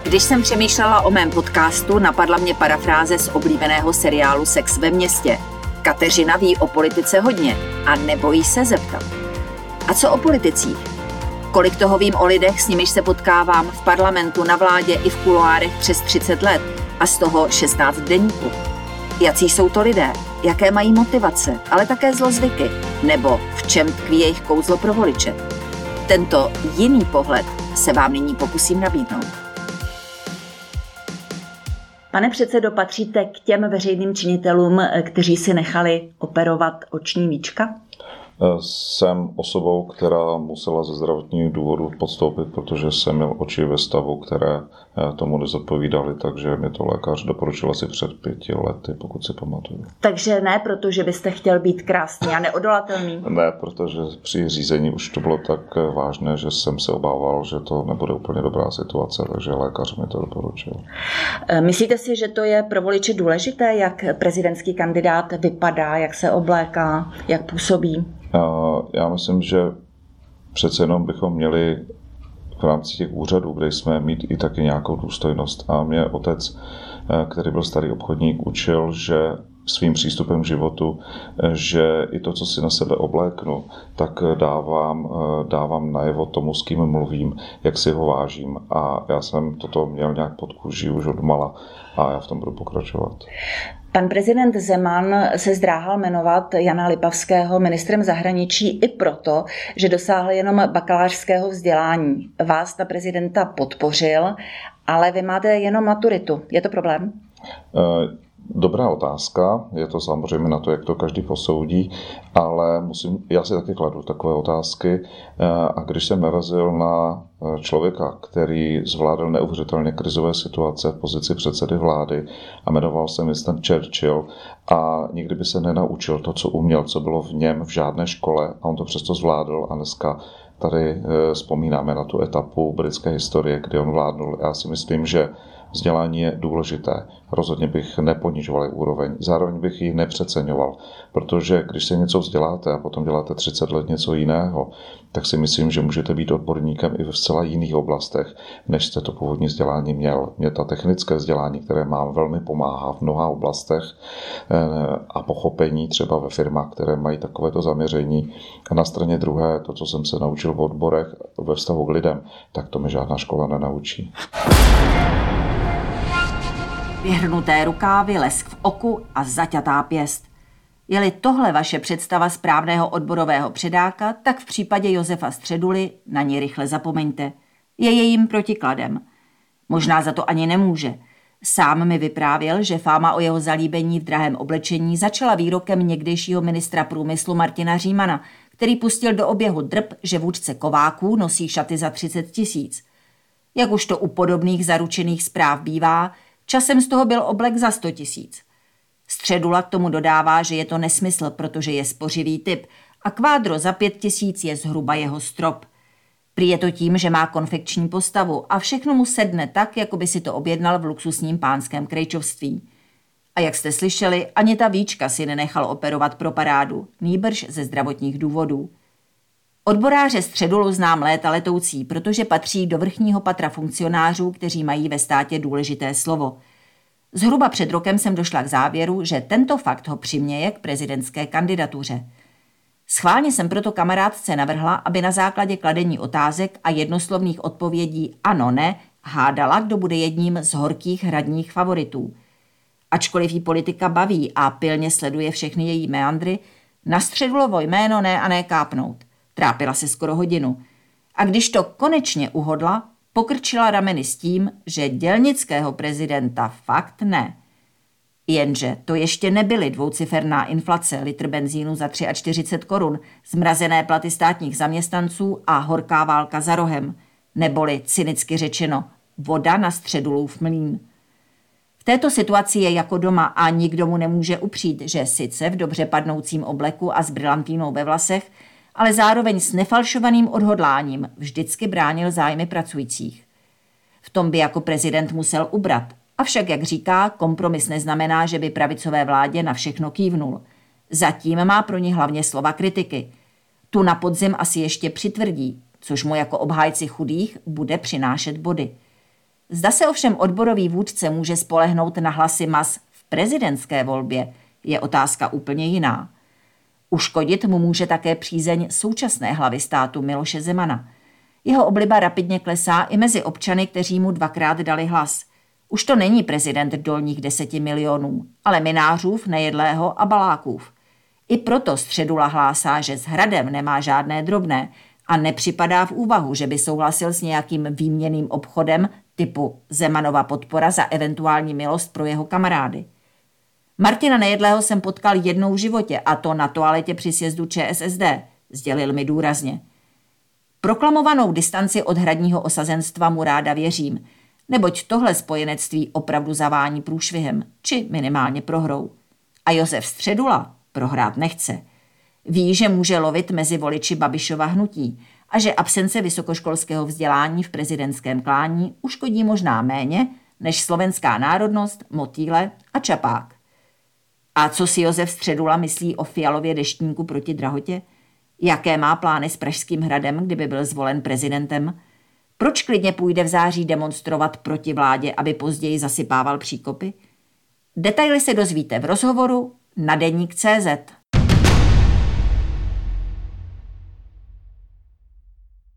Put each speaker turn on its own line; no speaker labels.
Když jsem přemýšlela o mém podcastu, napadla mě parafráze z oblíbeného seriálu Sex ve městě. Kateřina ví o politice hodně a nebojí se zeptat. A co o politicích? Kolik toho vím o lidech, s nimiž se potkávám v parlamentu, na vládě i v kuloárech přes 30 let a z toho 16 v deníku. Jací jsou to lidé? Jaké mají motivace, ale také zlozvyky? Nebo v čem tkví jejich kouzlo pro voliče? Tento jiný pohled se vám nyní pokusím nabídnout. Pane předsedo, patříte k těm veřejným činitelům, kteří si nechali operovat oční víčka?
Jsem osobou, která musela ze zdravotních důvodů podstoupit, protože jsem měl oči ve stavu, které tomu nezodpovídaly, takže mi to lékař doporučil asi před 5 lety, pokud si pamatuju.
Takže ne, protože byste chtěl být krásný a neodolatelný?
Ne, protože při řízení už to bylo tak vážné, že jsem se obával, že to nebude úplně dobrá situace, takže lékař mi to doporučil.
Myslíte si, že to je pro voliče důležité, jak prezidentský kandidát vypadá, jak se obléká, jak působí?
Já myslím, že přece jenom bychom měli v rámci těch úřadů, kde jsme, mít i taky nějakou důstojnost. A mě otec, který byl starý obchodník, učil, že svým přístupem k životu, že i to, co si na sebe obléknu, tak dávám najevo tomu, s kým mluvím, jak si ho vážím. A já jsem toto měl nějak pod kůží už od mala a já v tom budu pokračovat.
Pan prezident Zeman se zdráhal jmenovat Jana Lipavského ministrem zahraničí i proto, že dosáhl jenom bakalářského vzdělání. Vás na prezidenta podpořil, ale vy máte jenom maturitu. Je to problém?
Dobrá otázka, je to samozřejmě na to, jak to každý posoudí, ale já si taky kladu takové otázky a když jsem narazil na člověka, který zvládl neuvěřitelně krizové situace v pozici předsedy vlády a jmenoval se Winston Churchill a nikdy by se nenaučil to, co uměl, co bylo v něm v žádné škole a on to přesto zvládl a dneska tady vzpomínáme na tu etapu britské historie, kdy on vládnul. Já si myslím, že vzdělání je důležité. Rozhodně bych neponižoval její úroveň. Zároveň bych ji nepřeceňoval, protože když se něco vzděláte a potom děláte 30 let něco jiného, tak si myslím, že můžete být odborníkem i v zcela jiných oblastech, než jste to původní vzdělání měl. Mě ta technické vzdělání, které mám, velmi pomáhá v mnoha oblastech a pochopení třeba ve firmách, které mají takovéto zaměření. A na straně druhé, to, co jsem se naučil v odborech ve vztahu k lidem, tak to mi žádná škola nenaučí.
Vyhrnuté rukávy, lesk v oku a zaťatá pěst. Je-li tohle vaše představa správného odborového předáka, tak v případě Josefa Středuly na ní rychle zapomeňte. Je jejím protikladem. Možná za to ani nemůže. Sám mi vyprávěl, že fáma o jeho zalíbení v drahém oblečení začala výrokem někdejšího ministra průmyslu Martina Římana, který pustil do oběhu drb, že vůdce kováků nosí šaty za 30 000. Jak už to u podobných zaručených zpráv bývá, časem z toho byl oblek za 100 000. Středula k tomu dodává, že je to nesmysl, protože je spořivý typ a kvádro za 5 000 je zhruba jeho strop. Prý je to tím, že má konfekční postavu a všechno mu sedne tak, jako by si to objednal v luxusním pánském krejčovství. A jak jste slyšeli, ani ta víčka si nenechal operovat pro parádu, nýbrž ze zdravotních důvodů. Odboráře Středulu znám léta letoucí, protože patří do vrchního patra funkcionářů, kteří mají ve státě důležité slovo. Zhruba před rokem jsem došla k závěru, že tento fakt ho přiměje k prezidentské kandidatuře. Schválně jsem proto kamarádce navrhla, aby na základě kladení otázek a jednoslovných odpovědí ano, ne, hádala, kdo bude jedním z horkých hradních favoritů. Ačkoliv jí politika baví a pilně sleduje všechny její meandry, na Středulovo jméno ne a ne kápnout. Trápila se skoro hodinu. A když to konečně uhodla, pokrčila rameny s tím, že dělnického prezidenta fakt ne. Jenže to ještě nebyly dvouciferná inflace, litr benzínu za 43 korun, zmrazené platy státních zaměstnanců a horká válka za rohem, neboli cynicky řečeno voda na Středulův mlýn. V této situaci je jako doma a nikdo mu nemůže upřít, že sice v dobře padnoucím obleku a s brilantýnou ve vlasech, ale zároveň s nefalšovaným odhodláním vždycky bránil zájmy pracujících. V tom by jako prezident musel ubrat. Avšak, jak říká, kompromis neznamená, že by pravicové vládě na všechno kývnul. Zatím má pro ní hlavně slova kritiky. Tu na podzim asi ještě přitvrdí, což mu jako obhájci chudých bude přinášet body. Zda se ovšem odborový vůdce může spolehnout na hlasy mas v prezidentské volbě, je otázka úplně jiná. Uškodit mu může také přízeň současné hlavy státu Miloše Zemana. Jeho obliba rapidně klesá i mezi občany, kteří mu 2krát dali hlas. Už to není prezident dolních 10 milionů, ale Mynářův, Nejedlého a Balákův. I proto Středula hlásá, že s Hradem nemá žádné drobné a nepřipadá v úvahu, že by souhlasil s nějakým výměnným obchodem typu Zemanova podpora za eventuální milost pro jeho kamarády. Martina Nejedlého jsem potkal jednou v životě, a to na toaletě při sjezdu ČSSD, sdělil mi důrazně. Proklamovanou distanci od hradního osazenstva mu ráda věřím, neboť tohle spojenectví opravdu zavání průšvihem, či minimálně prohrou. A Josef Středula prohrát nechce. Ví, že může lovit mezi voliči Babišova hnutí a že absence vysokoškolského vzdělání v prezidentském klání uškodí možná méně než slovenská národnost, motýle a čapák. A co si Josef Středula myslí o Fialově deštníku proti drahotě? Jaké má plány s Pražským hradem, kdyby byl zvolen prezidentem? Proč klidně půjde v září demonstrovat proti vládě, aby později zasypával příkopy? Detaily se dozvíte v rozhovoru na Deník.cz.